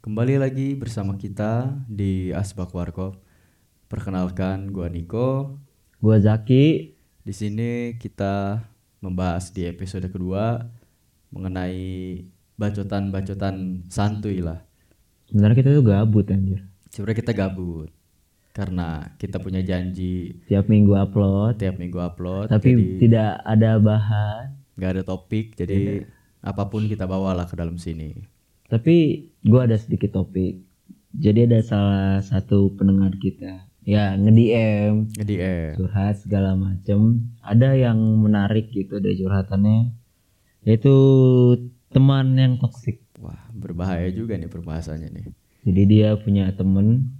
Kembali lagi bersama kita di Asbak Warkop. Perkenalkan, gua Niko. Gua Zaki. Di sini kita membahas di episode kedua mengenai bacotan-bacotan santuy lah. Sebenarnya kita tuh gabut anjir. Sebenarnya kita gabut karena kita punya janji Tiap minggu upload, tiap minggu upload, tapi jadi tidak ada bahan. nggak ada topik, jadi apapun kita bawalah ke dalam sini. Tapi gua ada sedikit topik. Jadi ada salah satu pendengar kita, ya nge-DM, Nge-DM. curhat segala macem. Ada yang menarik gitu dari curhatannya, yaitu teman yang toksik. Wah, berbahaya juga nih perbahasannya nih. Jadi dia punya temen,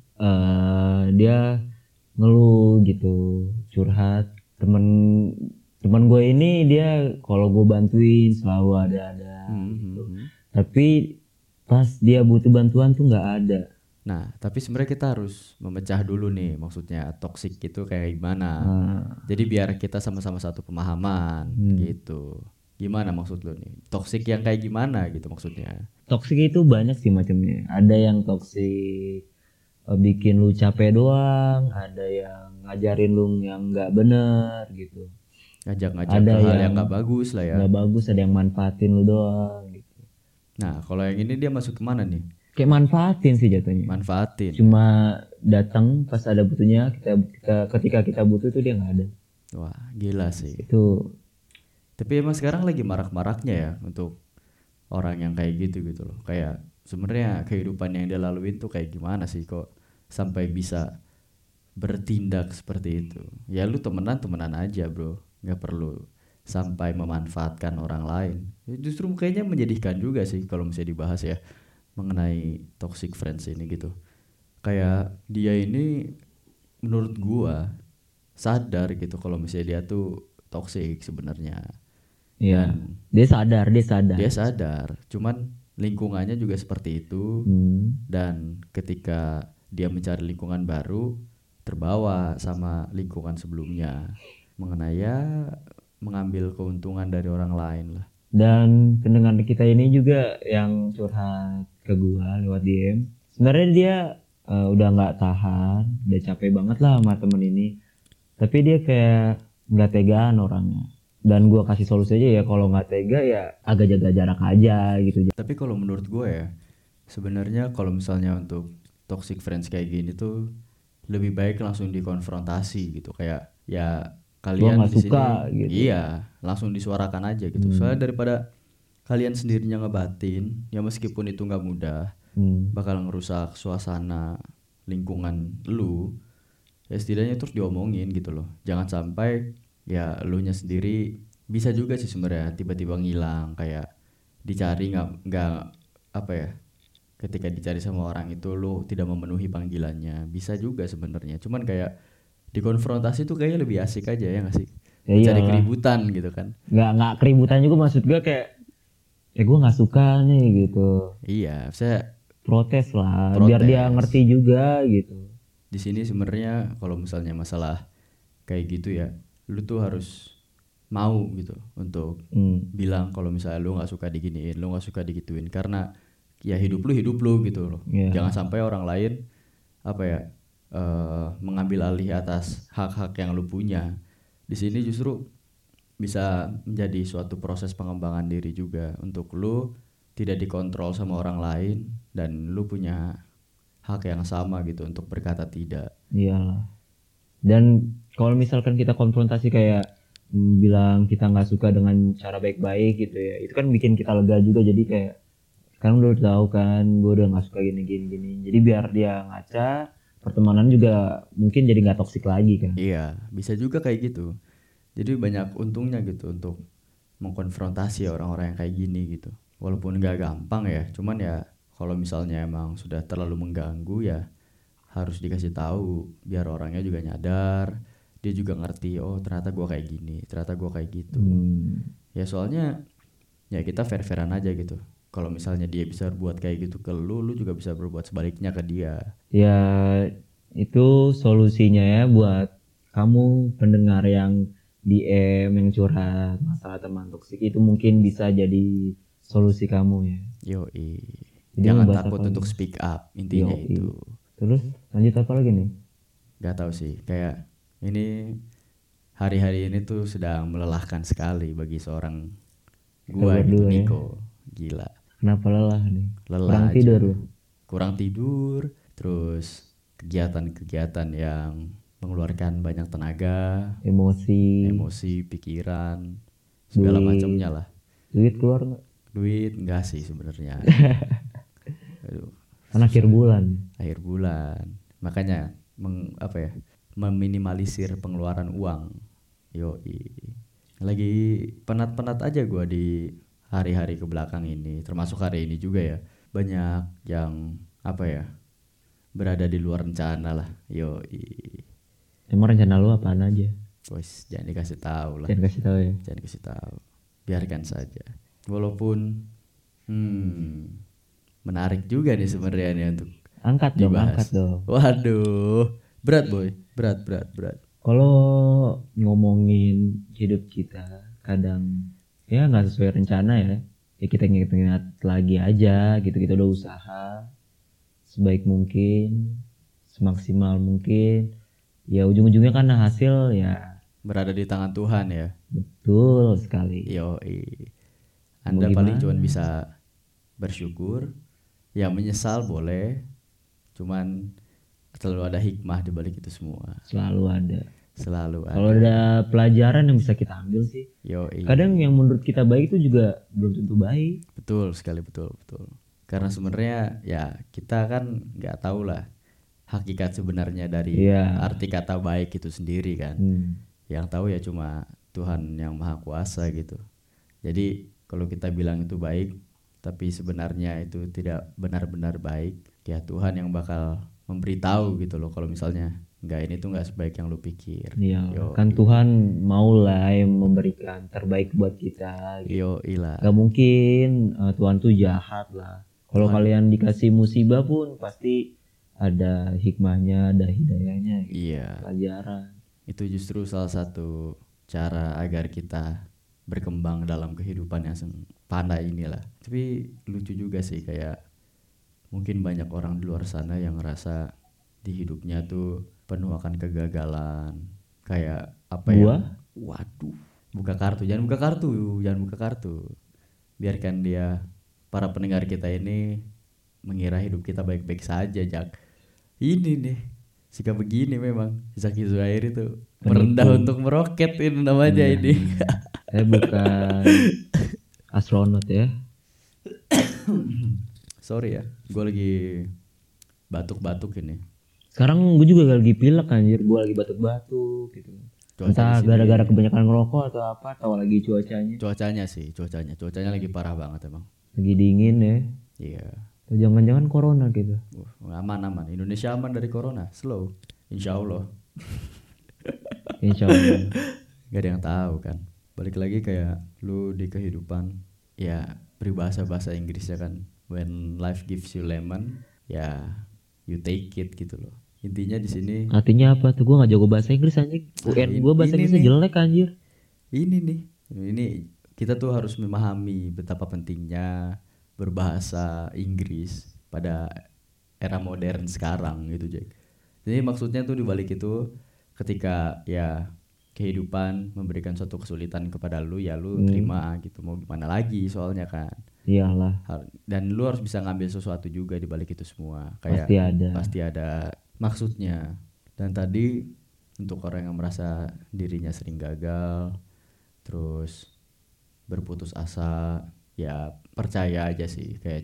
dia ngeluh gitu, curhat. Teman gue ini dia kalau gue bantuin selalu ada gitu. Tapi pas dia butuh bantuan tuh nggak ada. Nah, tapi sebenarnya kita harus memecah dulu nih, maksudnya toksik itu kayak gimana. Jadi biar kita sama-sama satu pemahaman gitu. Gimana maksud lo nih? Toksik yang kayak gimana gitu maksudnya? Toksik itu banyak sih macamnya. Ada yang toksik bikin lu capek doang, ada yang ngajarin lu yang nggak bener gitu. Ngajak-ngajak Ada ke hal yang yang nggak bagus lah ya. nggak bagus, ada yang manfaatin lu doang gitu. Nah, kalau yang ini dia masuk kemana nih? Kayak manfaatin sih jatuhnya. Manfaatin. Cuma datang pas ada butuhnya, ketika kita butuh tuh dia nggak ada. Wah, gila sih. Itu Tapi emang sekarang lagi marak-maraknya ya untuk orang yang kayak gitu loh. Kayak sebenarnya kehidupan yang dia laluin tuh kayak gimana sih kok sampai bisa bertindak seperti itu. Ya lu temenan aja bro, nggak perlu sampai memanfaatkan orang lain. Ya, justru kayaknya menyedihkan juga sih kalau misalnya dibahas ya mengenai toxic friends ini gitu. Kayak dia ini menurut gua sadar gitu kalau misalnya dia tuh toxic sebenarnya. ya, Dan dia sadar. dia sadar, cuman lingkungannya juga seperti itu. Dan ketika dia mencari lingkungan baru, terbawa sama lingkungan sebelumnya mengenai ya mengambil keuntungan dari orang lain lah. Dan pendengar kita ini juga yang curhat ke gua lewat DM. Sebenarnya dia udah nggak tahan, udah capek banget lah sama temen ini. Tapi dia kayak nggak tegaan orangnya. Dan gua kasih solusi aja ya, kalau nggak tega ya agak jaga jarak aja gitu. Tapi kalau menurut gue ya, sebenarnya kalau misalnya untuk toxic friends kayak gini tuh lebih baik langsung dikonfrontasi gitu. Kayak ya kalian nggak di sini suka gitu. iya, langsung disuarakan aja gitu. Soalnya daripada kalian sendirinya ngebatin, ya meskipun itu nggak mudah, bakal ngerusak suasana lingkungan lu, ya setidaknya terus diomongin gitu loh. Jangan sampai ya elunya sendiri bisa juga sih sebenarnya tiba-tiba ngilang, kayak dicari nggak apa ya, ketika dicari sama orang itu lu tidak memenuhi panggilannya, bisa juga sebenarnya. Cuman kayak dikonfrontasi tuh kayaknya lebih asik aja ya nggak sih, Ya mencari iyalah. keributan gitu kan. Nggak keributan juga, maksud gue kayak gue nggak suka nih gitu, Iya, saya protes lah biar dia protes. ngerti juga gitu. Di sini sebenarnya kalau misalnya masalah kayak gitu ya, lu tuh harus mau gitu untuk bilang kalau misalnya lu nggak suka diginiin, lu nggak suka digituin, karena ya hidup lu gitu loh. Ya. Jangan sampai orang lain apa ya mengambil alih atas hak-hak yang lu punya. Di sini justru bisa menjadi suatu proses pengembangan diri juga untuk lu tidak dikontrol sama orang lain dan lu punya hak yang sama gitu untuk berkata tidak. Iyalah. Dan kalau misalkan kita konfrontasi kayak bilang kita nggak suka dengan cara baik-baik gitu ya, itu kan bikin kita lega juga. Jadi kayak sekarang udah tahu kan gue udah nggak suka gini. Jadi biar dia ngaca, pertemanan juga mungkin jadi nggak toksik lagi kan. Iya, bisa juga kayak gitu. Jadi banyak untungnya gitu untuk mengkonfrontasi orang-orang yang kayak gini gitu. Walaupun gak gampang ya, cuman ya kalau misalnya emang sudah terlalu mengganggu ya harus dikasih tahu biar orangnya juga nyadar, dia juga ngerti, oh ternyata gua kayak gini, ternyata gua kayak gitu. Ya soalnya ya kita fair-fairan aja gitu. Kalau misalnya dia bisa berbuat kayak gitu ke lu juga bisa berbuat sebaliknya ke dia. Ya itu solusinya ya buat kamu pendengar yang DM yang curhat masalah teman toksik, itu mungkin bisa jadi solusi kamu ya. Yoi. Jadi Jangan ngebahas takut apa untuk nih? speak up, intinya Yoi. itu. Terus lanjut apa lagi nih? Gak tahu sih, kayak ini hari-hari ini tuh sedang melelahkan sekali bagi seorang Kita gua gitu, berdua ya. Niko. Gila, Kenapa lelah nih? lelah Kurang aja. tidur lu. Kurang tidur, terus kegiatan-kegiatan yang mengeluarkan banyak tenaga, Emosi, emosi, pikiran, segala duit. macamnya lah. Duit keluar nggak? Duit enggak sih sebenarnya. Aduh, Kan akhir bulan. akhir bulan. Makanya meminimalisir pengeluaran uang. Yoi. Lagi penat-penat aja gua di hari-hari kebelakang ini, termasuk hari ini juga ya. Banyak yang berada di luar rencana lah. Yoi. Emang rencana lu apaan aja? Bos, jangan dikasih tahu lah. Jangan kasih tahu ya. Jangan kasih tahu. Biarkan saja. Walaupun menarik juga nih sebenarnya nih untuk Angkat dong, dibahas. angkat dong. Waduh, berat boy, berat. Kalau ngomongin hidup kita, kadang ya nggak sesuai rencana ya. Ya kita ingat-ingat lagi aja gitu. Kita udah usaha sebaik mungkin, semaksimal mungkin. Ya ujung-ujungnya kan hasil ya Berada di tangan Tuhan ya. betul sekali. Yoi. Anda Mau paling gimana? cuma bisa bersyukur. Ya menyesal boleh. Cuman selalu ada hikmah di balik itu semua. Selalu ada. Selalu Kalau ada. ada pelajaran yang bisa kita ambil sih. Yoi. Kadang yang menurut kita baik itu juga belum tentu baik. Betul sekali, betul. Karena sebenarnya ya kita kan nggak tahu lah hakikat sebenarnya dari Iya. arti kata baik itu sendiri kan. Yang tahu ya cuma Tuhan yang Maha Kuasa gitu. Jadi kalau kita bilang itu baik tapi sebenarnya itu tidak benar-benar baik, ya Tuhan yang bakal memberitahu gitu loh kalau misalnya ini tuh nggak sebaik yang lu pikir. Iya, Yo, kan Tuhan mau lah yang memberikan terbaik buat kita. yo ilah. Gak mungkin Tuhan tuh jahat lah. Kalau kalian dikasih musibah pun pasti ada hikmahnya, ada hidayahnya, gitu. Iya. Pelajaran. Itu justru salah satu cara agar kita berkembang dalam kehidupan yang pandai inilah. Tapi lucu juga sih, kayak mungkin banyak orang di luar sana yang ngerasa di hidupnya tuh penuh akan kegagalan. Kayak waduh, buka kartu, jangan buka kartu. Biarkan dia, para pendengar kita ini mengira hidup kita baik-baik saja, Jak. Ini nih, sikap begini memang Zaki Zuhair itu merendah untuk meroket ini namanya ini. Saya bukan astronot ya. Sorry ya, gue lagi batuk-batuk ini. Sekarang gue juga lagi pilek anjir, gue lagi batuk-batuk gitu. Entah gara-gara kebanyakan ngerokok atau apa, atau lagi cuacanya. Cuacanya lagi parah banget emang. Lagi dingin ya. Iya. Atau jangan-jangan corona gitu. Aman. Indonesia aman dari corona, slow. Insya Allah. Insya Allah. Gak ada yang tahu kan. Balik lagi kayak lu di kehidupan, ya peribahasa Inggrisnya kan, when life gives you lemon, ya you take it gitu loh. Intinya di sini. Artinya apa tuh? Gue nggak jago bahasa Inggris anjing. UN gue bahasa Inggrisnya jelek anjir. Ini kita tuh harus memahami betapa pentingnya berbahasa Inggris pada era modern sekarang gitu, Jack. Jadi maksudnya tuh dibalik itu, ketika ya kehidupan memberikan suatu kesulitan kepada lu, ya lu terima gitu, mau gimana lagi soalnya kan. Iyalah. Dan lu harus bisa ngambil sesuatu juga di balik itu semua. Kayak pasti ada maksudnya. Dan tadi untuk orang yang merasa dirinya sering gagal, terus berputus asa, ya percaya aja sih, kayak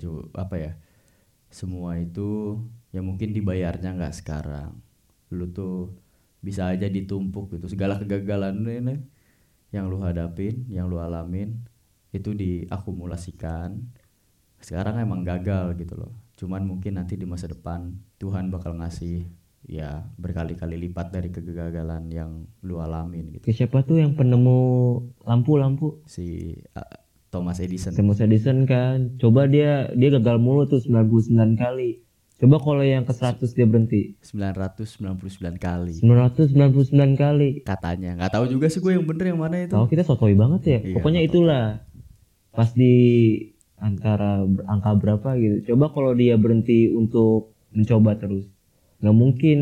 semua itu ya mungkin dibayarnya nggak sekarang. Lu tuh bisa aja ditumpuk gitu, segala kegagalan lu ini yang lu hadapin, yang lu alamin itu diakumulasikan. Sekarang emang gagal gitu loh, cuman mungkin nanti di masa depan Tuhan bakal ngasih ya berkali-kali lipat dari kegagalan yang lu alamin gitu. Siapa tuh yang penemu lampu? Si Thomas Edison kan. Coba dia gagal mulu tuh 99 kali. Coba kalau yang ke 100 dia berhenti. 999 kali. 999 kali. Katanya. Nggak tahu juga sih gue yang bener yang mana itu. Tahu kita sotoy banget ya. Iya, pokoknya itulah. Pas di antara angka berapa gitu. Coba kalau dia berhenti untuk mencoba terus, nggak mungkin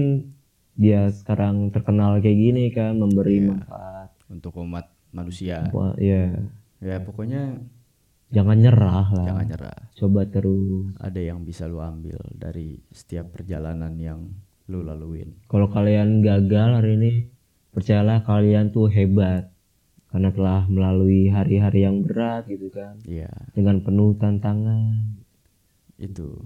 dia sekarang terkenal kayak gini kan, memberi Iya. manfaat. Untuk umat manusia. Wah, ya Ya pokoknya jangan nyerah lah, jangan nyerah. coba terus. Ada yang bisa lu ambil dari setiap perjalanan yang lu laluin. Kalau kalian gagal hari ini, percayalah kalian tuh hebat karena telah melalui hari-hari yang berat gitu kan, Iya, dengan penuh tantangan. itu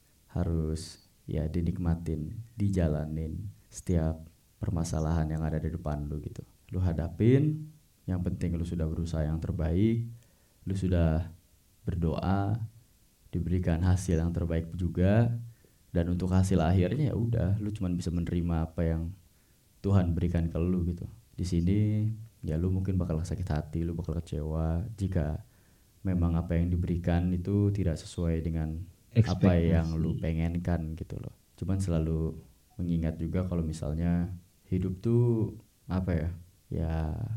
harus ya dinikmatin, dijalanin setiap permasalahan yang ada di depan lu gitu. Lu hadapin, yang penting lu sudah berusaha yang terbaik, lu sudah berdoa, diberikan hasil yang terbaik juga, dan untuk hasil akhirnya ya udah, lu cuman bisa menerima apa yang Tuhan berikan ke lu gitu. Di sini ya lu mungkin bakal sakit hati, lu bakal kecewa jika memang apa yang diberikan itu tidak sesuai dengan apa yang lu pengenkan gitu loh. Cuman selalu mengingat juga kalau misalnya hidup tuh apa ya, ya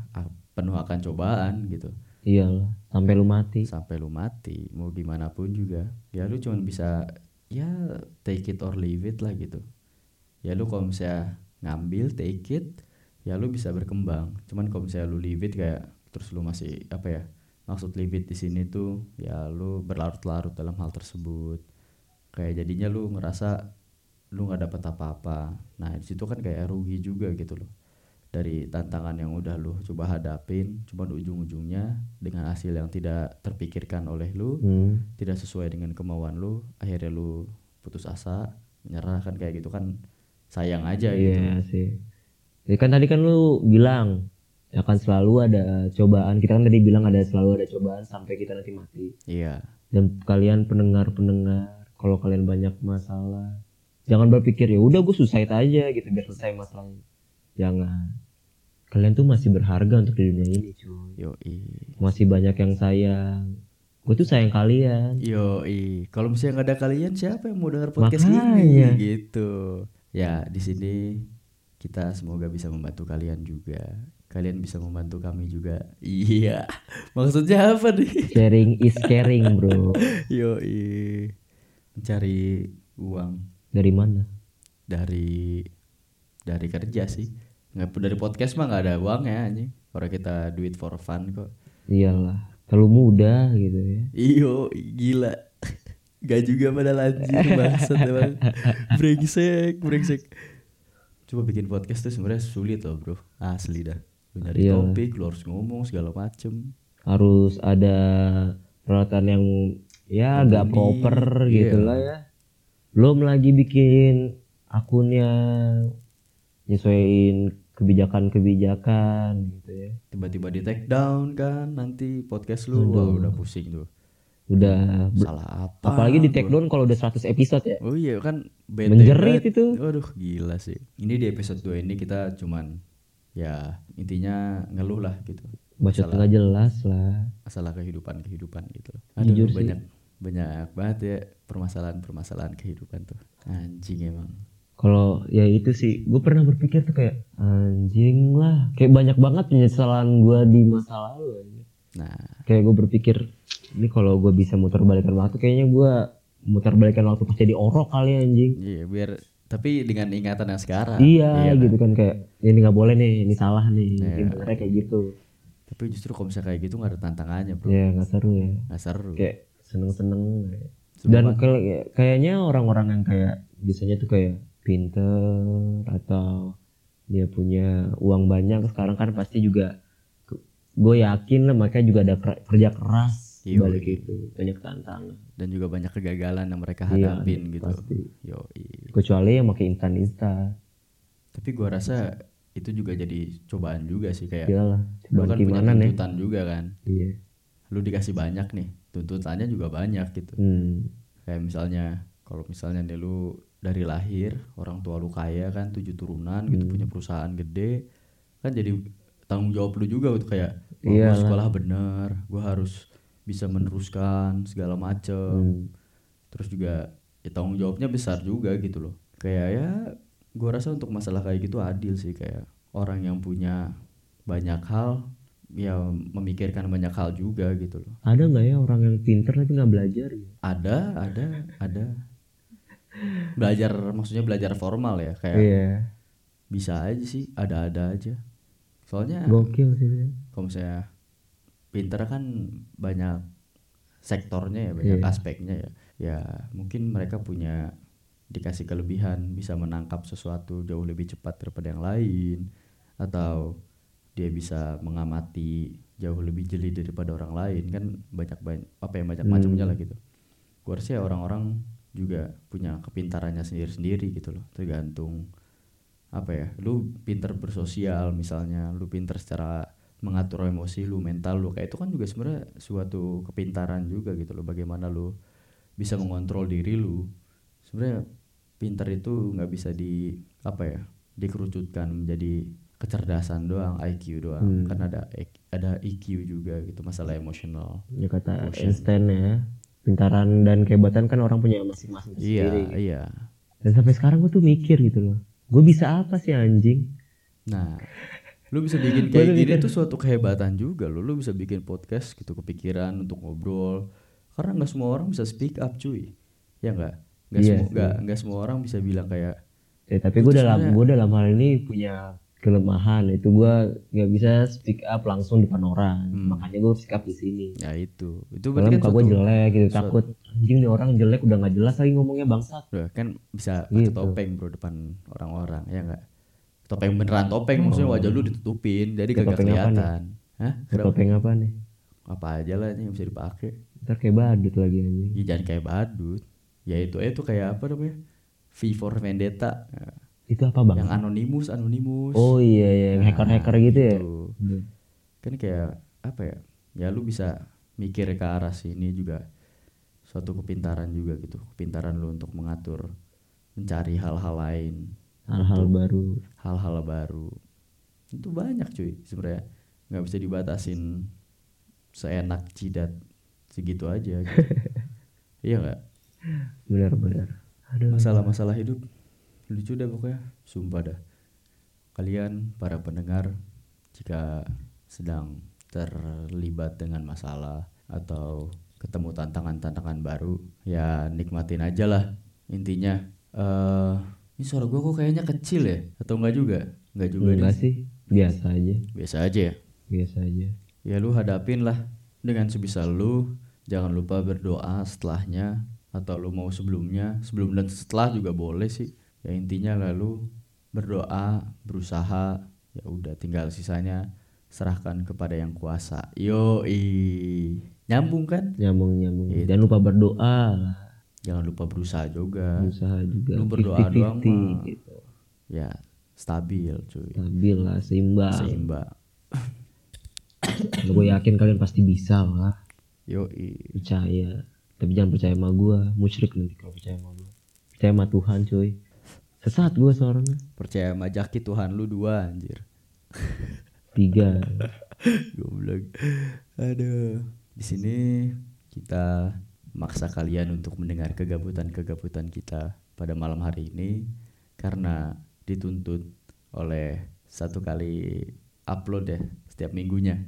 penuh akan cobaan gitu. Iyalah, sampai lu mati. Sampai lu mati, mau gimana pun juga ya lu cuman bisa ya take it or leave it lah gitu. Ya lu kalau misalnya ngambil take it, ya lu bisa berkembang. Cuman kalau misalnya lu leave it kayak terus lu masih apa ya, maksud leave it di sini tuh ya lu berlarut-larut dalam hal tersebut, kayak jadinya lu ngerasa lu nggak dapat apa-apa. Nah di situ kan kayak rugi juga gitu loh, dari tantangan yang udah lu coba hadapin, cuman ujung-ujungnya dengan hasil yang tidak terpikirkan oleh lu, tidak sesuai dengan kemauan lu, akhirnya lu putus asa, menyerah. Kan kayak gitu kan sayang aja gitu. Iya sih. Jadi kan tadi kan lu bilang akan selalu ada cobaan. Kita kan tadi bilang selalu ada cobaan sampai kita nanti mati. Iya, Dan kalian pendengar, kalau kalian banyak masalah, jangan berpikir ya udah gue suicide aja gitu biar selesai masalahnya. Jangan. Kalian tuh masih berharga untuk di dunia ini, cuy. yoi, Masih banyak yang sayang. Gue tuh sayang kalian. yoi. Kalau misalnya nggak ada kalian, siapa yang mau dengar podcast Makanya. ini gitu. Ya di sini kita semoga bisa membantu kalian juga, kalian bisa membantu kami juga. Iya, maksudnya apa nih? Sharing is caring, bro. Yoi, mencari uang Dari mana? dari kerja sih. Nggak, dari podcast mah nggak ada uangnya anjing. Orang kita do it for fun kok. Iyalah, terlalu mudah gitu ya. Iyo, gila. Gak juga pada lanjut bangsat emang. Brengsek. Coba bikin podcast tuh sebenarnya sulit loh bro, asli dah. Lu nyari Iyalah. topik, lu harus ngomong segala macem. Harus ada peralatan yang ya agak Mumpuni, proper iya. gitu lah ya. Belum lagi bikin akunnya, nyesuaiin kebijakan gitu ya. Tiba-tiba di take down kan nanti podcast lu. Wah, udah pusing tuh. Udah Salah apa? apalagi di take down kalau udah 100 episode ya. Oh iya kan bete Menjerit banget. itu. Waduh gila sih. Ini di episode 2 ini kita cuman ya intinya ngeluh lah gitu. Bacot nggak jelas lah. Masalah kehidupan gitu. Jujur Aduh sih. banyak banget ya permasalahan kehidupan tuh. Anjing emang. Kalau ya itu sih, gue pernah berpikir tuh kayak anjing lah, kayak banyak banget penyesalan gue di masa lalu aja. Nah, Kayak gue berpikir ini kalau gue bisa muter balikan waktu, kayaknya gue muter balikan waktu pas jadi orok kali anjing. iya biar tapi dengan ingatan yang sekarang. Iya gitu kan, kayak ini nggak boleh nih, ini salah nih, sebenarnya kayak gitu. Tapi justru kalau misalnya kayak gitu nggak ada tantangannya bro. Ya nggak seru ya. Nggak seru. Kayak seneng-seneng. Dan kayaknya orang-orang yang kayak biasanya tuh kayak pinter atau dia punya uang banyak sekarang kan pasti juga, gue yakin lah mereka juga ada kerja keras balik itu, banyak tantangan dan juga banyak kegagalan yang mereka hadapin gitu. Pasti. Yoi. Kecuali yang pakai instan. Tapi gue rasa itu juga jadi cobaan juga sih, kayak Iyalah, lu kan punya gimana nih? tuntutan juga kan. Iya. Lu dikasih banyak nih, tuntutannya juga banyak gitu. Kayak misalnya kalau misalnya nih lu dari lahir orang tua lu kaya kan, 7 turunan gitu, punya perusahaan gede, kan jadi tanggung jawab lu juga gitu, kayak gue harus sekolah bener, gue harus bisa meneruskan segala macem. Terus juga ya tanggung jawabnya besar juga gitu loh. Kayak ya gue rasa untuk masalah kayak gitu adil sih, kayak orang yang punya banyak hal ya memikirkan banyak hal juga gitu loh. Ada nggak ya orang yang pinter tapi nggak belajar gitu? Ada belajar, maksudnya belajar formal ya, kayak Iya, bisa aja sih, ada aja. Soalnya gokil sih dia. kalau misalnya pinter kan banyak sektornya ya, banyak Iya. aspeknya ya. Ya mungkin mereka punya dikasih kelebihan bisa menangkap sesuatu jauh lebih cepat daripada yang lain, atau dia bisa mengamati jauh lebih jeli daripada orang lain, kan banyak apa ya, banyak macamnya lah gitu. Gue rasa ya orang-orang juga punya kepintarannya sendiri-sendiri gitu loh, tergantung apa ya, lu pinter bersosial misalnya, lu pinter secara mengatur emosi lu, mental lu, kayak itu kan juga sebenarnya suatu kepintaran juga gitu loh, bagaimana lu bisa mengontrol diri lu. Sebenarnya pinter itu nggak bisa di apa ya, dikerucutkan menjadi kecerdasan doang, IQ doang, kan ada EQ juga gitu, masalah emosional. Ya kata Quotient. Einstein ya, pintaran dan kehebatan kan orang punya masing-masing sendiri. Iya. Dan sampai sekarang gue tuh mikir gitu loh, gue bisa apa sih anjing? Nah, lu bisa bikin kayak gini tuh suatu kehebatan juga lo. Lu bisa bikin podcast gitu, kepikiran untuk ngobrol. Karena nggak semua orang bisa speak up, cuy. Ya nggak? Nggak semua orang bisa bilang kayak. Tapi gue dalam hal ini punya kelemahan, itu gue nggak bisa speak up langsung depan orang. Makanya gue speak up di sini. Ya itu berarti kan gue jelek gitu, takut anjing nih orang jelek, udah nggak jelas lagi ngomongnya, bangsat. Kan bisa pakai topeng bro depan orang-orang, ya nggak? Topeng beneran topeng, maksudnya wajah lu ditutupin jadi kagak kelihatan. Hah? Topeng apa nih? Apa aja lah nih yang bisa dipakai. Ntar kayak badut lagi anjing. Ya jangan kayak badut. Ya itu kayak apa namanya? V for Vendetta. Itu apa bang? Yang anonimus. Oh iya, yang hacker gitu ya. Kan kayak apa ya? Ya lu bisa mikir ke arah sini juga suatu kepintaran juga gitu. Kepintaran lu untuk mengatur, mencari hal-hal lain, hal-hal baru. Itu banyak cuy sebenarnya, nggak bisa dibatasin seenak jidat segitu aja gitu. Iya nggak? Benar. Masalah hidup lucu dah pokoknya, sumpah dah. Kalian para pendengar, jika sedang terlibat dengan masalah atau ketemu tantangan baru, ya nikmatin aja lah intinya. Ini suara gue kok kayaknya kecil ya, atau enggak juga? Enggak sih, biasa aja ya. Ya lu hadapin lah dengan sebisa lu. Jangan lupa berdoa setelahnya, atau lu mau sebelum dan setelah juga boleh sih. Ya intinya lalu berdoa, berusaha, ya udah tinggal sisanya serahkan kepada yang kuasa. Nyambung kan? Nyambung. Jangan lupa berdoa. Jangan lupa berusaha juga. Lu berdoa 50-50 doang mah gitu. Ya stabil cuy. Stabil lah, seimbang. Gue yakin kalian pasti bisa lah. Percaya. Tapi jangan percaya sama gue, musyrik nanti kalau percaya sama gue. Percaya sama Tuhan cuy. Sesat gue seorangnya. Percaya sama Jaki Tuhan lu 2 anjir. 3. Goblok. Aduh. Di sini kita maksa kalian untuk mendengar kegabutan kita pada malam hari ini karena dituntut oleh 1 kali upload ya setiap minggunya.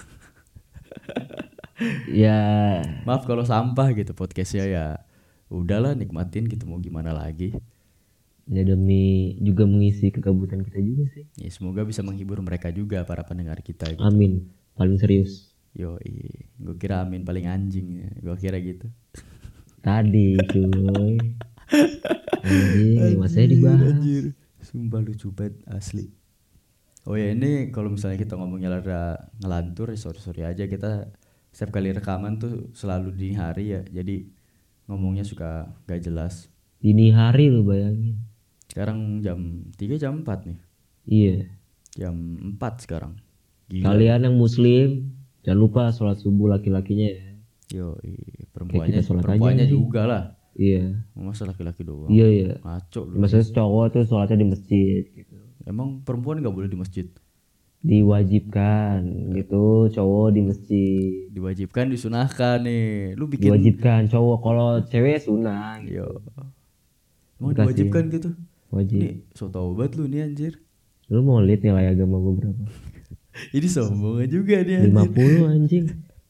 Ya maaf kalau sampah gitu podcastnya, ya udahlah nikmatin gitu, mau gimana lagi. Ya demi juga mengisi kegabutan kita juga sih. Ya semoga bisa menghibur mereka juga para pendengar kita gitu. Amin, paling serius. Gue kira amin paling anjing ya. Gue kira gitu tadi cuy. Anjing masanya dibahas. Anjir. Sumpah lucu banget asli. Oh ya, ini kalau misalnya kita ngomongnya rada ngelantur, sorry aja, kita setiap kali rekaman tuh selalu dini hari ya, jadi ngomongnya suka gak jelas. Dini hari lu bayangin. Sekarang jam 3 jam 4 nih. Iya. Jam 4 sekarang. Gila. Kalian yang muslim jangan lupa sholat subuh laki-lakinya ya. Perempuannya juga lah. Iya. Masa laki-laki doang? Iya. Ngaco lu. Maksudnya cowok tuh sholatnya di masjid gitu. Emang perempuan gak boleh di masjid? Diwajibkan gitu, cowok di masjid. Diwajibkan, disunahkan nih. Lu bikin diwajibkan cowok, kalau cewek sunah gitu. Emang diwajibkan gitu? Wajib. Nih so tau banget lu nih anjir. Lu mau lihat nilai agama gue berapa? Ini sombong juga dia 50 anjing.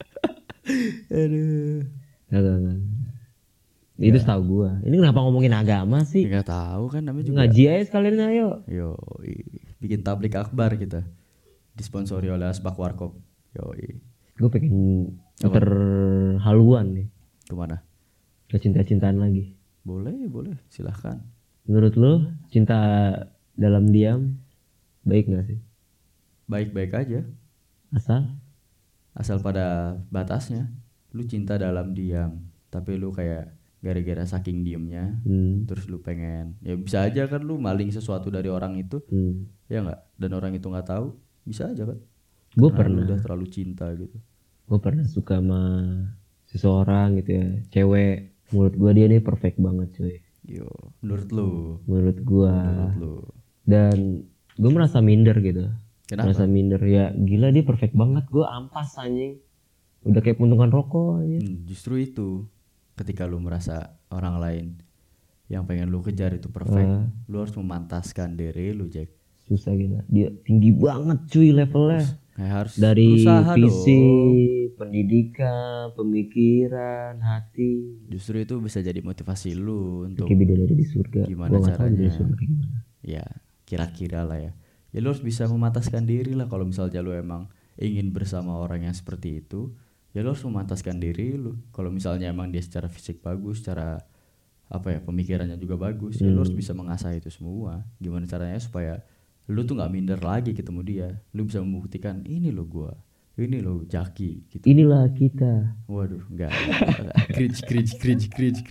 aduh. Kagak. Itu setahu gua. Ini kenapa ngomongin agama sih? Nggak tahu kan namanya juga. Ngaji aja sekalian ayo. Yo, bikin tablik akbar kita. Disponsori oleh Asbak Warkop. Yo, Gue pengen muter haluan nih. kemana? Ke cinta-cintaan lagi. Boleh, silahkan. Menurut lo cinta dalam diam baik gak sih? Baik-baik aja, asal pada batasnya. Lu cinta dalam diam, tapi lu kayak gara-gara saking diemnya, terus lu pengen, ya bisa aja kan lu maling sesuatu dari orang itu, ya nggak? Dan orang itu nggak tahu, bisa aja kan? Gue Karena pernah lu udah terlalu cinta gitu. Gue pernah suka sama seseorang gitu ya, cewek. Menurut gue dia nih perfect banget cuy. Yo, menurut lu? Menurut gue. Menurut lu? Dan gue merasa minder gitu. Kenapa? Merasa minder ya, gila dia perfect banget. Gue ampas anjing. Udah kayak puntungan rokok aja. Justru itu, ketika lu merasa orang lain yang pengen lu kejar itu perfect, lu harus memantaskan diri lu, Jack. Susah gitu. Dia tinggi banget cuy levelnya. Harus dari visi, dong. pendidikan, pemikiran, hati. Justru itu bisa jadi motivasi lu untuk kayak bidadari di surga. Gimana Gua caranya? Di surga kayak gimana. Ya, kira-kira lah ya. Ya lu harus bisa memantaskan diri lah kalau misalnya lu emang ingin bersama orang yang seperti itu. Ya lu harus memantaskan diri lu. Kalau misalnya emang dia secara fisik bagus, secara apa ya, pemikirannya juga bagus, ya lu harus bisa mengasah itu semua. Gimana caranya supaya lu tuh nggak minder lagi ketemu dia. Lu bisa membuktikan ini lo gua, ini lo Jaki gitu. Inilah kita. Waduh, enggak. Cringe.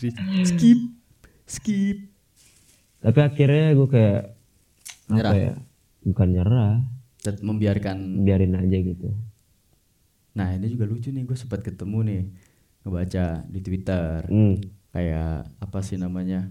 Skip. Tapi akhirnya gue kayak Nyerah. apa ya? Bukan nyerah, biarin aja gitu. Nah ini juga lucu nih, gue sempat ketemu nih, ngebaca di Twitter, kayak apa sih namanya,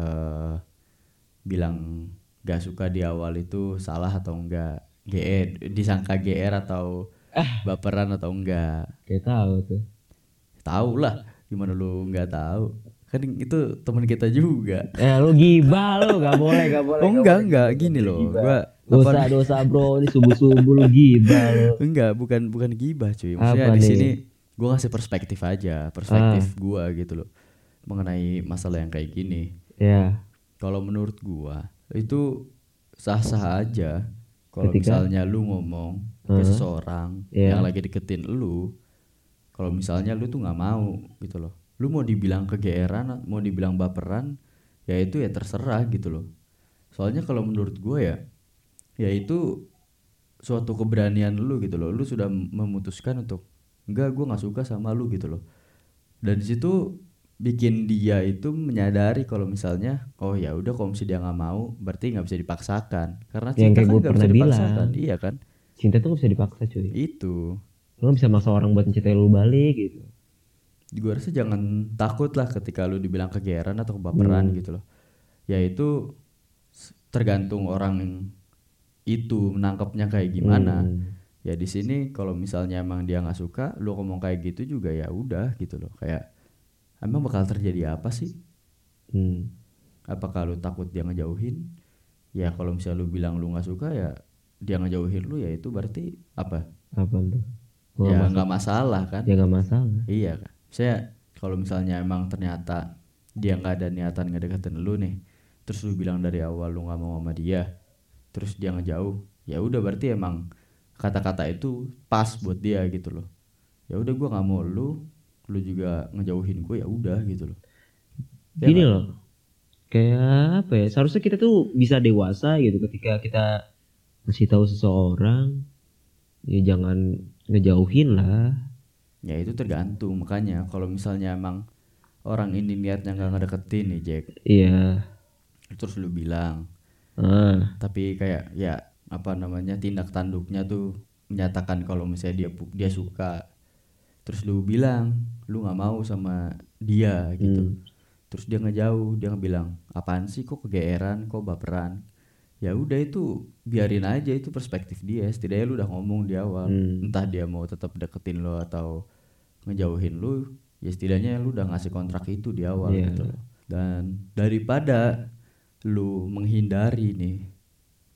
bilang gak suka di awal itu salah atau enggak, disangka GR atau baperan atau enggak. Kayak tahu tuh. Tahu lah, gimana lu nggak tahu? Kan itu teman kita juga. Lu gibah lu, gak boleh. Oh enggak, gini loh, gua dosa bro, ini subuh lu gibah lu. Enggak, bukan gibah cuy. Maksudnya Apa di nih? sini gua ngasih perspektif aja, perspektif gua gitu loh mengenai masalah yang kayak gini. Ya. Kalau menurut gua itu sah-sah aja kalau misalnya lu ngomong ke seseorang yang lagi deketin lu, kalau misalnya lu tuh nggak mau gitu loh, lu mau dibilang kegeeran, mau dibilang baperan, ya itu ya terserah gitu loh. Soalnya kalau menurut gua ya itu suatu keberanian lu gitu loh. Lu sudah memutuskan untuk enggak, gue nggak suka sama lu gitu loh. Dan di situ bikin dia itu menyadari kalau misalnya oh ya udah, kalau misalnya dia nggak mau berarti nggak bisa dipaksakan, karena cinta kan nggak bisa dipaksakan. Iya kan, cinta tuh nggak bisa dipaksa cuy. Itu lu bisa maksa orang buat mencintai lu balik gitu. Gue rasa jangan takut lah ketika lu dibilang kegeeran atau kebaperan gitu loh. Ya itu tergantung orang itu menangkapnya kayak gimana. Ya di sini kalau misalnya emang dia nggak suka lu ngomong kayak gitu juga, ya udah gitu loh, kayak emang bakal terjadi apa sih? Apakah lu takut dia ngejauhin? Ya kalau misalnya lu bilang lu nggak suka, ya dia ngejauhin lu, ya itu berarti apa tuh? Ya nggak masalah kan? Ya nggak masalah. Iya kan. Saya kalau misalnya emang ternyata dia nggak ada niatan ngedeketin lu nih, terus lu bilang dari awal lu nggak mau sama dia, terus dia ngejauh, ya udah berarti emang kata-kata itu pas buat dia gitu loh. Ya udah, gue nggak mau lu juga ngejauhin gue, ya udah gitu loh. Ya gini loh, kayak apa ya, seharusnya kita tuh bisa dewasa gitu ketika kita ngasih tahu seseorang, ya jangan ngejauhin lah. Ya itu tergantung, makanya kalau misalnya emang orang ini niatnya nggak ngedeketin nih Jack, iya, terus lu bilang tapi kayak ya apa namanya, tindak tanduknya tuh menyatakan kalau misalnya dia suka, terus lu bilang lu nggak mau sama dia gitu, terus dia ngejauh, dia ngebilang apaan sih, kok kegeeran, kok baperan, ya udah itu biarin aja, itu perspektif dia. Setidaknya lu udah ngomong di awal, entah dia mau tetap deketin lo atau ngejauhin lu, ya setidaknya lu udah ngasih kontrak itu di awal gitu loh. Dan daripada lu menghindari nih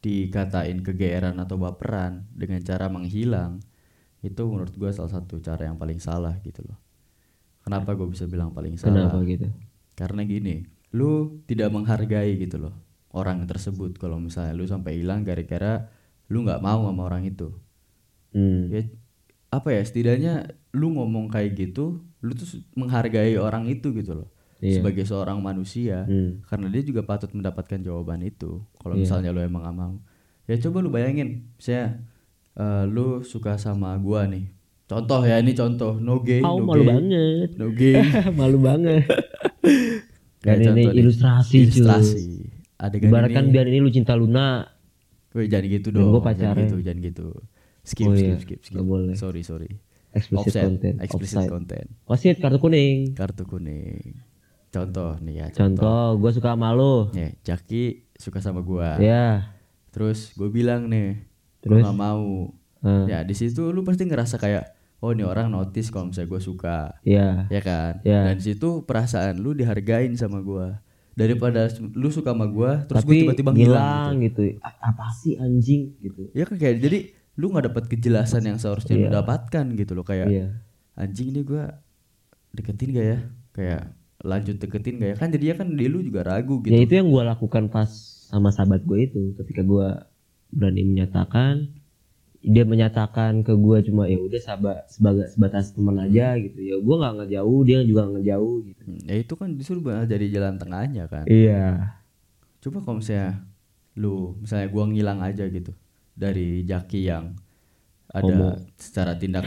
dikatain kegeeran atau baperan dengan cara menghilang, itu menurut gue salah satu cara yang paling salah gitu loh. Kenapa gue bisa bilang paling salah? Kenapa gitu? Karena gini, lu tidak menghargai gitu loh orang tersebut. Kalau misalnya lu sampai hilang gara-gara lu nggak mau sama orang itu, ya apa ya, setidaknya lu ngomong kayak gitu, lu tuh menghargai orang itu gitu loh. Iya. Sebagai seorang manusia, karena dia juga patut mendapatkan jawaban itu. Kalau misalnya lu emang gak mau, ya coba lu bayangin, misalnya lu suka sama gua nih. Contoh ya, ini contoh, no gay, Oh, no malu gay, banget. no gay. Malu banget. Dan Kayak ini contoh nih, ilustrasi, ilustrasi. Adegan Ibaratkan ini, biar ini lu cinta Luna. woi jangan gitu Dan dong, gua jangan pacarnya. gitu, jangan gitu. Skip, Oh skip, iya, skip, skip. nggak boleh. Sorry. Explicit Offset, content. explicit Offside. content. Wasit kartu kuning. Kartu kuning. Contoh nih ya, Contoh, gue suka sama lu. Ya, Jaki suka sama gua. Ya. Terus gue bilang nih, Terus? gue gak mau. Ya di situ lu pasti ngerasa kayak, oh ini orang notice kalau misalnya gue suka, Ya. ya kan? Ya. Dan di situ perasaan lu dihargain sama gua. Daripada lu suka sama gua, terus gue Tapi tiba-tiba ngilang gitu. Apa sih anjing gitu? Ya kan, kayak jadi lu nggak dapat kejelasan yang seharusnya lu dapatkan gitu loh. Kayak Iya. anjing ini gua deketin gak ya? Kayak lanjut deketin gak ya? Kan jadinya kan di lu juga ragu gitu. Ya itu yang gue lakukan pas sama sahabat gue itu. Ketika gue berani menyatakan, dia menyatakan ke gue cuma ya udah sahabat sebatas teman aja gitu. Ya gue nggak ngejauh, dia juga nggak ngejauh gitu. Ya itu kan justru malah jadi jalan tengahnya kan. Iya. Coba kalau misalnya misalnya gua ngilang aja gitu dari Jaki yang ada secara tindak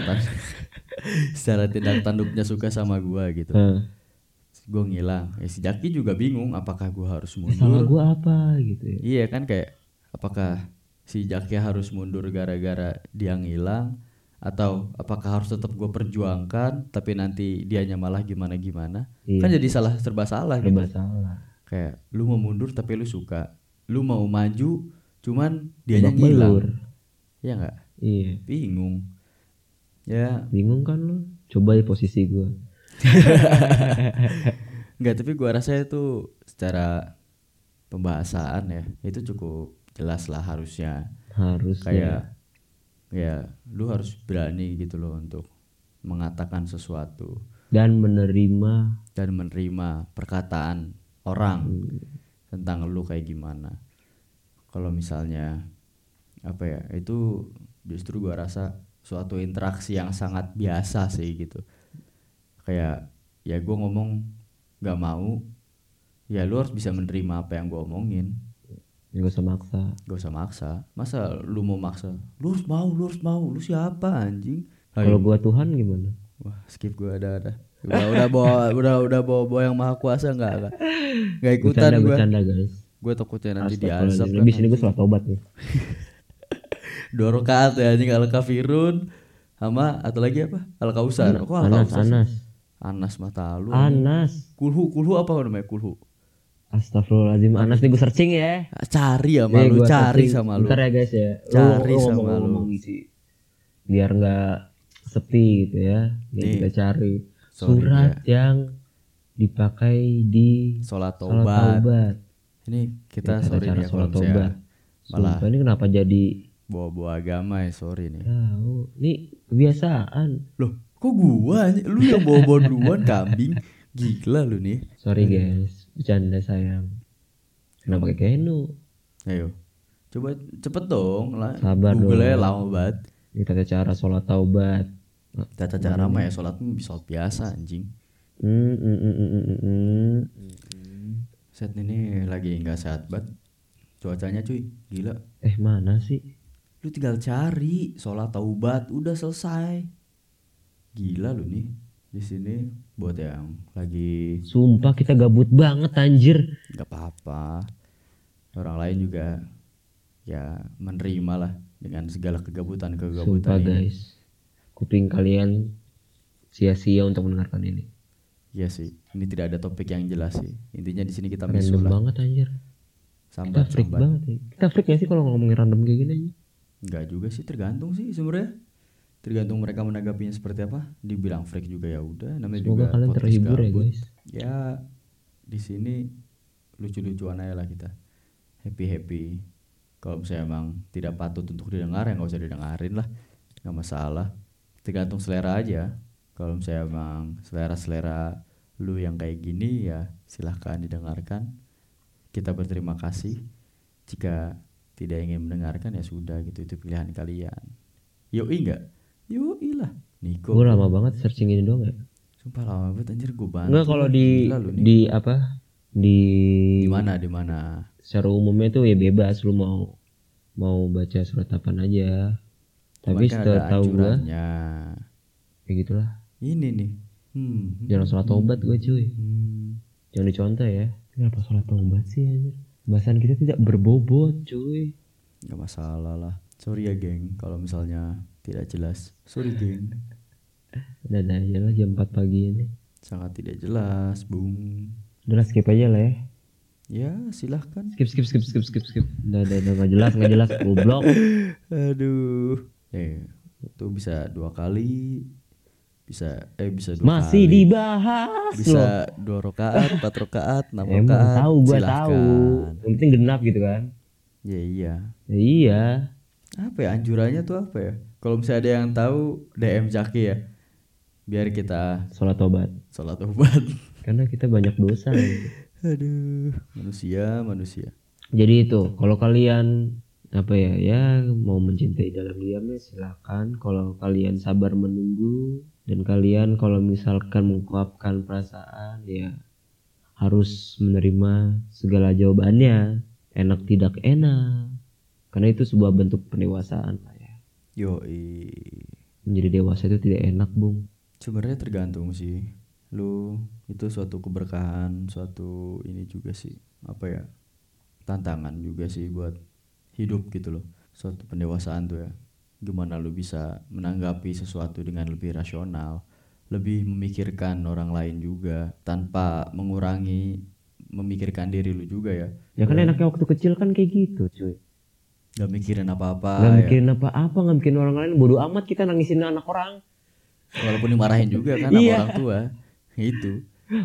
tanduknya suka sama gua gitu. Gua ngilang, si Jaki juga bingung apakah gua harus mundur. Salah gua apa gitu ya. Iya kan, kayak apakah si Jaki harus mundur gara-gara dia ngilang, atau apakah harus tetap gue perjuangkan tapi nanti dianya malah gimana-gimana. Iya. Kan jadi serba salah gitu. Salah. Kayak lu mau mundur tapi lu suka, lu mau maju cuman dianya ngilang. Iya nggak? Iya. Bingung. Ya. Bingung kan lu? Coba di posisi gue. Enggak, tapi gue rasa itu secara pembahasan ya itu cukup jelas lah harusnya. Kayak ya lu harus berani gitu loh untuk mengatakan sesuatu dan menerima perkataan orang tentang lu kayak gimana. Kalau misalnya apa ya, itu justru gua rasa suatu interaksi yang sangat biasa sih gitu. Kayak ya gua ngomong gak mau, ya lu harus bisa menerima apa yang gua omongin. Gak usah maksa. Masa lu mau maksa? Lu harus mau. Lu siapa anjing? Kalau gua Tuhan gimana? Wah, skip gua ada. Udah bawa yang maha kuasa enggak ikutan gua. Bercanda guys. Gua takutnya nanti diazab kan. Di sini gua sholat tobat nih. 2 rakaat ya anjing, al-kafirun sama atau lagi apa? Al-kausar. Kok al-kausar? Anas mata lu. Anas. Kulhu apa namanya? Kulhu. Astagfirullahaladzim, Anas nih gue searching ya. Cari sama lu, sama lu. Bentar ya guys ya. Cari sama lu. Biar nggak sepi gitu ya. Nih, kita cari surat yang dipakai di sholat taubat. Ini kita sorry nih ya kalau misalnya malah ini kenapa jadi bawa agama ya, sorry nih. Tahu, ini kebiasaan. Loh, kok gua? Lu yang bawa duluan kambing. Gila lu nih. Sorry guys, bercanda sayang. Kenapa pakai kenu? Ayo, coba cepet dong lah. Sabar Google-nya dong. lama banget. Ini tata cara sholat taubat. Tata cara mah ya sholatmu sholat biasa anjing. Set ini lagi nggak sehat banget. Cuacanya cuy, gila. Mana sih? Lu tinggal cari sholat taubat, udah selesai. Gila lu nih. Di sini buat yang lagi, sumpah kita gabut banget anjir. Gak apa-apa, orang lain juga ya menerima lah dengan segala kegabutan sumpah ini. Guys, kuping kalian sia-sia untuk mendengarkan ini. Iya sih, ini tidak ada topik yang jelas sih. Intinya di sini kita random banget anjir. Sambat, kita freak banget ya. Kita freak gak sih kalau ngomongin random kayak gini aja? Enggak juga sih, tergantung sih sebenarnya. Tergantung mereka menanggapinya seperti apa. Dibilang freak juga ya udah, namanya semoga juga kalian terhibur gabut. Ya guys. Ya di sini lucu-lucuan aja lah kita. Happy. Kalau misalnya emang tidak patut untuk didengar ya nggak usah didengarin lah, nggak masalah. Tergantung selera aja. Kalau misalnya emang selera lu yang kayak gini ya silahkan didengarkan. Kita berterima kasih. Jika tidak ingin mendengarkan ya sudah gitu, itu pilihan kalian. Yoi nggak? Yoi lah. Niko Gue bro. lama banget searching ini doang ya. Sumpah lama banget anjir, gue bantu. Enggak, kalau lah. Gila lu nih. di apa? Di Di mana? secara umumnya tuh ya bebas, lu mau baca surat apaan aja. Tapi Cuman kan setelah ada tahu gue anjurannya. kayak gitulah. Ini nih. Jangan sholat taubat gue cuy. Hmm. Jangan dicontoh ya. Kenapa sholat taubat sih anjir? Bahasan kita tidak berbobot cuy. Gak masalah lah. Sorry ya geng kalau misalnya tidak jelas. Sorry geng. Dan aja lah jam 4 pagi ini. Sangat tidak jelas, Bung. Udah lah, skip aja lah ya. Ya silahkan. Skip. Udah nggak jelas goblok. Aduh. Itu bisa 2 kali. Bisa 2 Masih kali. dibahas loh. Bisa 2 rakaat, 4 rakaat, 6 Emang rakaat. tahu, gue silahkan. tahu. Yang penting genap gitu kan. Ya iya. Ya, iya. Apa ya anjurannya tuh apa ya? Kalau misalnya ada yang tahu DM Jaki ya. Biar kita Sholat taubat. sholat taubat. Karena kita banyak dosa. Aduh, manusia. Jadi itu, kalau kalian apa ya mau mencintai dalam diamnya silakan. Kalau kalian sabar menunggu, dan kalian kalau misalkan mengungkapkan perasaan ya harus menerima segala jawabannya, enak tidak enak, karena itu sebuah bentuk pendewasaan lah ya. Yoi. Menjadi dewasa itu tidak enak, Bung. Sebenarnya tergantung sih. Lu itu suatu keberkahan, suatu ini juga sih. Apa ya? Tantangan juga sih buat hidup gitu loh. Suatu pendewasaan tuh ya. Gimana lu bisa menanggapi sesuatu dengan lebih rasional, lebih memikirkan orang lain juga tanpa mengurangi memikirkan diri lu juga ya. Ya kan enaknya waktu kecil kan kayak gitu, cuy. Gak mikirin apa-apa Nggak ya. mikirin apa-apa, nggak mikirin orang lain, bodo amat kita nangisin anak orang. Walaupun dimarahin juga kan sama Iya. orang tua. Itu.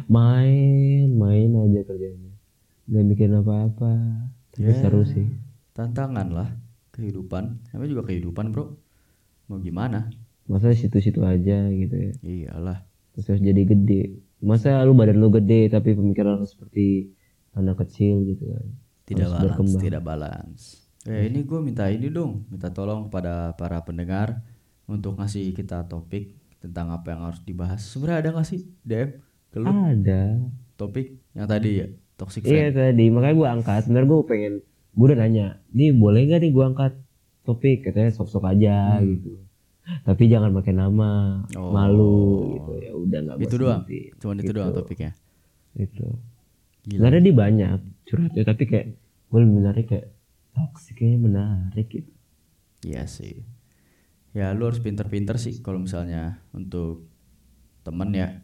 Main aja kerjanya, nggak mikirin apa-apa. Tapi Ya, seru sih. tantangan lah kehidupan. Namanya juga kehidupan, bro. Mau gimana? Masa situ-situ aja gitu ya. Iyalah. Terus harus jadi gede. Masa lu badan lu gede tapi pemikiran lu seperti anak kecil gitu kan. Tidak Harus balance, berkembang. tidak balance. Ini gue minta tolong kepada para pendengar untuk ngasih kita topik tentang apa yang harus dibahas. Sebenarnya ada nggak sih DM ke lu Ada. topik yang tadi ya, toxic Iya friend? tadi makanya gue angkat. Sebenarnya gue udah nanya, nih boleh nggak nih gue angkat topik? Katanya sok-sok aja gitu. Tapi jangan pakai nama, Oh. malu gitu. Ya udah nggak gua Itu doang. sebutin. Cuman itu Gitu. doang topiknya. Gitu. Gila. Sebenarnya dia banyak curhatnya, tapi kayak gue lebih menarik kayak toxic, kayaknya menarik gitu. Iya sih. Ya lu harus pinter-pinter sih kalau misalnya untuk temen ya.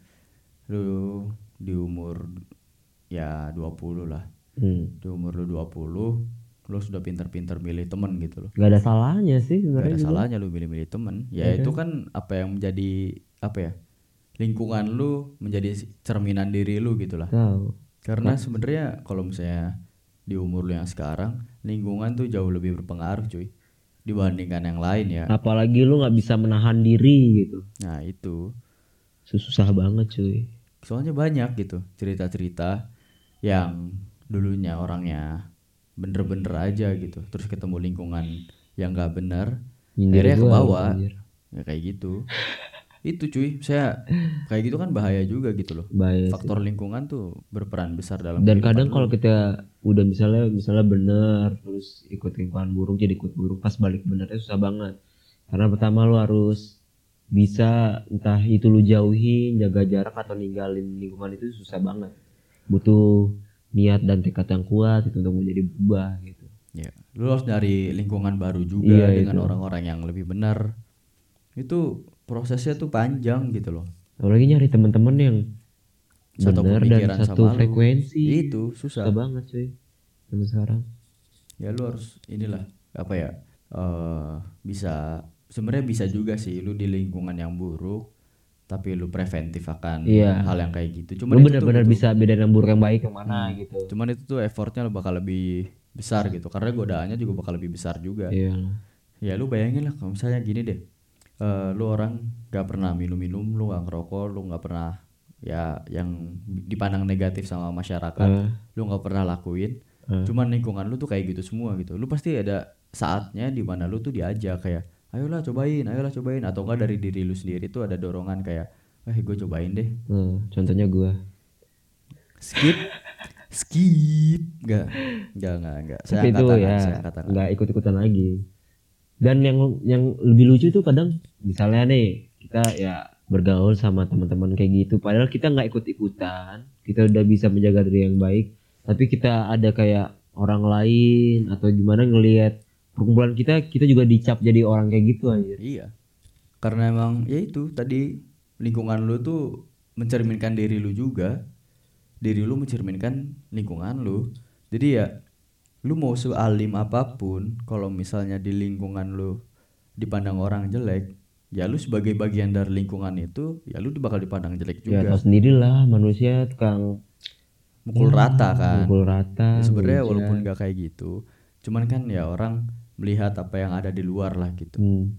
Lu di umur ya 20 lah. Di umur lu 20, lu sudah pinter-pinter milih temen gitu loh. Gak ada salahnya sih Gak sebenarnya. ada juga. salahnya lu milih-milih temen. Ya itu kan apa yang menjadi apa ya? Lingkungan lu menjadi cerminan diri lu gitu lah. Tahu. Karena sebenarnya kalau misalnya di umur lu yang sekarang, lingkungan tuh jauh lebih berpengaruh cuy dibandingkan yang lain ya. Apalagi lu nggak bisa menahan diri gitu. Nah itu Susah banget cuy. soalnya banyak gitu cerita-cerita yang dulunya orangnya bener-bener aja gitu, terus ketemu lingkungan yang gak bener, Nyindir akhirnya gua, kebawa anjir. ya kayak gitu. Itu cuy, saya kayak gitu kan bahaya juga gitu loh. Bahaya sih. Faktor lingkungan tuh berperan besar dalam Dan kehidupan kadang lu. kalau kita udah misalnya bener terus ikut lingkungan buruk jadi ikut buruk, pas balik benernya susah banget. Karena pertama lu harus bisa entah itu lu jauhi, jaga jarak atau ninggalin lingkungan itu susah banget. Butuh niat dan tekad yang kuat itu untuk menjadi berubah gitu. Ya, lu harus dari lingkungan baru juga Iya, dengan itu. orang-orang yang lebih benar. Itu prosesnya tuh panjang gitu loh. Apalagi nyari teman-teman yang Satu bener dan pemikiran satu sama lu. frekuensi. Itu susah. Susah banget cuy zaman sekarang. Ya lu harus inilah apa ya, bisa sebenarnya bisa juga sih lu di lingkungan yang buruk tapi lu preventif akan Iya. hal yang kayak gitu. Lu benar-benar bisa bedain yang buruk yang baik yang mana gitu. Cuman itu tuh effortnya bakal lebih besar gitu, karena godaannya juga bakal lebih besar juga. Iya. Ya lu bayangin lah kalau misalnya gini deh, lu orang gak pernah minum-minum, lu gak ngerokok, lu gak pernah ya yang dipandang negatif sama masyarakat, lu gak pernah lakuin, cuman lingkungan lu tuh kayak gitu semua gitu. Lu pasti ada saatnya di mana lu tuh diajak kayak ayolah cobain, atau enggak dari diri lu sendiri tuh ada dorongan kayak gue cobain deh. Contohnya gua. Skip nggak saya Tapi angkat itu tangan, ya saya angkat tangan. nggak ikut-ikutan lagi. Dan yang lebih lucu tuh kadang misalnya nih kita ya bergaul sama teman-teman kayak gitu, padahal kita nggak ikut-ikutan, kita udah bisa menjaga diri yang baik, tapi kita ada kayak orang lain atau gimana ngelihat perkumpulan kita juga dicap jadi orang kayak gitu aja. Iya, karena emang ya itu tadi, lingkungan lu tuh mencerminkan diri lu juga, diri lu mencerminkan lingkungan lu. Jadi ya lu mau sealim apapun, kalau misalnya di lingkungan lu dipandang orang jelek, ya lu sebagai bagian dari lingkungan itu ya lu bakal dipandang jelek Ya juga. tahu sendirilah manusia tukang Mukul rata kan. mukul rata. Ya, sebenarnya ngehujat. walaupun gak kayak gitu, cuman kan ya orang melihat apa yang ada di luar lah gitu.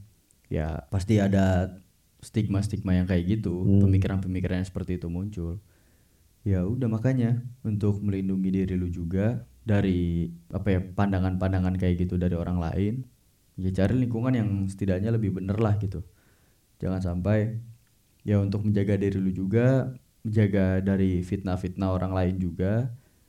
Ya pasti ada stigma-stigma yang kayak gitu, pemikiran-pemikiran yang seperti itu muncul. Ya udah, makanya untuk melindungi diri lu juga dari pandangan-pandangan kayak gitu dari orang lain, ya cari lingkungan yang setidaknya lebih bener lah gitu. Jangan sampai ya untuk menjaga diri lu juga, menjaga dari fitnah-fitnah orang lain juga,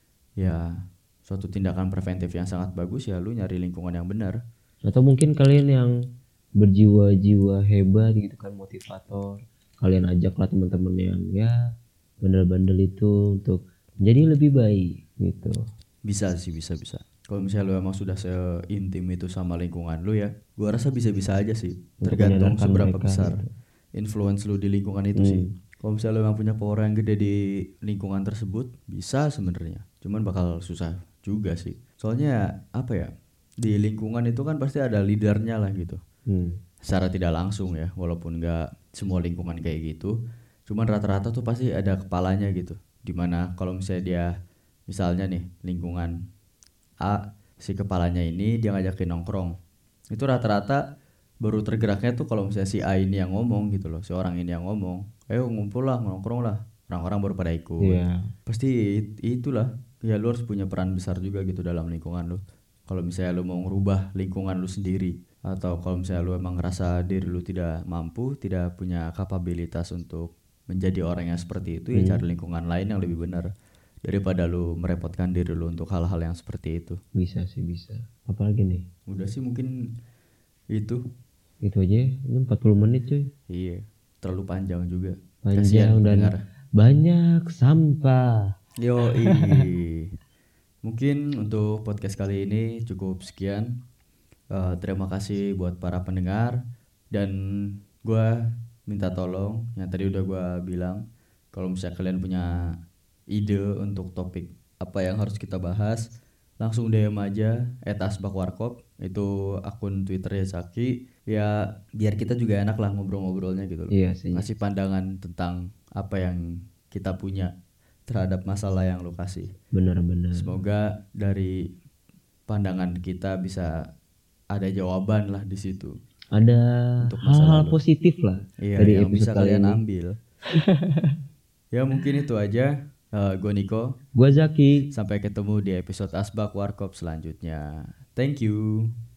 ya suatu tindakan preventif yang sangat bagus ya lu nyari lingkungan yang benar. Atau mungkin kalian yang berjiwa-jiwa hebat gitu kan, motivator, kalian ajaklah teman-teman yang ya bandel-bandel itu untuk menjadi lebih baik gitu. Bisa sih, bisa. Kalau misalnya lu emang sudah seintim itu sama lingkungan lu ya, gua rasa bisa-bisa aja sih. Untuk Tergantung menyadarkan seberapa mereka besar gitu. influence lu di lingkungan itu sih. Kalau misalnya lu emang punya power yang gede di lingkungan tersebut, bisa sebenarnya. Cuman bakal susah juga sih. Soalnya apa ya? Di lingkungan itu kan pasti ada leadernya lah gitu. Secara tidak langsung ya, walaupun nggak semua lingkungan kayak gitu. Cuman rata-rata tuh pasti ada kepalanya gitu. Dimana kalau misalnya dia, misalnya nih lingkungan A, si kepalanya ini dia ngajakin nongkrong, itu rata-rata baru tergeraknya tuh kalau misalnya si A ini yang ngomong gitu loh, si orang ini yang ngomong, ayo ngumpul lah, nongkrong lah, orang-orang baru pada ikut. Pasti itulah ya, lu harus punya peran besar juga gitu dalam lingkungan lu. Kalau misalnya lu mau ngerubah lingkungan lu sendiri, atau kalau misalnya lu emang ngerasa diri lu tidak mampu, tidak punya kapabilitas untuk menjadi orang yang seperti itu, ya cari lingkungan lain yang lebih benar daripada lu merepotkan diri lu untuk hal-hal yang seperti itu. Bisa sih, bisa. Apalagi nih? Udah sih mungkin itu aja, ini 40 menit cuy. Iya, terlalu panjang juga. Panjang dan banyak sampah. Mungkin untuk podcast kali ini cukup sekian. Terima kasih buat para pendengar, dan gue minta tolong yang tadi udah gue bilang, kalau misalnya kalian punya ide untuk topik apa yang harus kita bahas, langsung DM aja @asbakwarkop, itu akun Twitternya Zaki. Ya biar kita juga enak lah ngobrol-ngobrolnya gitu loh. Iya sih. Ngasih pandangan tentang apa yang kita punya terhadap masalah yang lu kasih. Benar-benar. Semoga dari pandangan kita bisa ada jawaban lah di situ. Ada hal-hal positif lah dari yang bisa kalian ambil. Ya mungkin itu aja. Gue Niko. Gue Zaki. Sampai ketemu di episode Asbak Warkop selanjutnya. Thank you.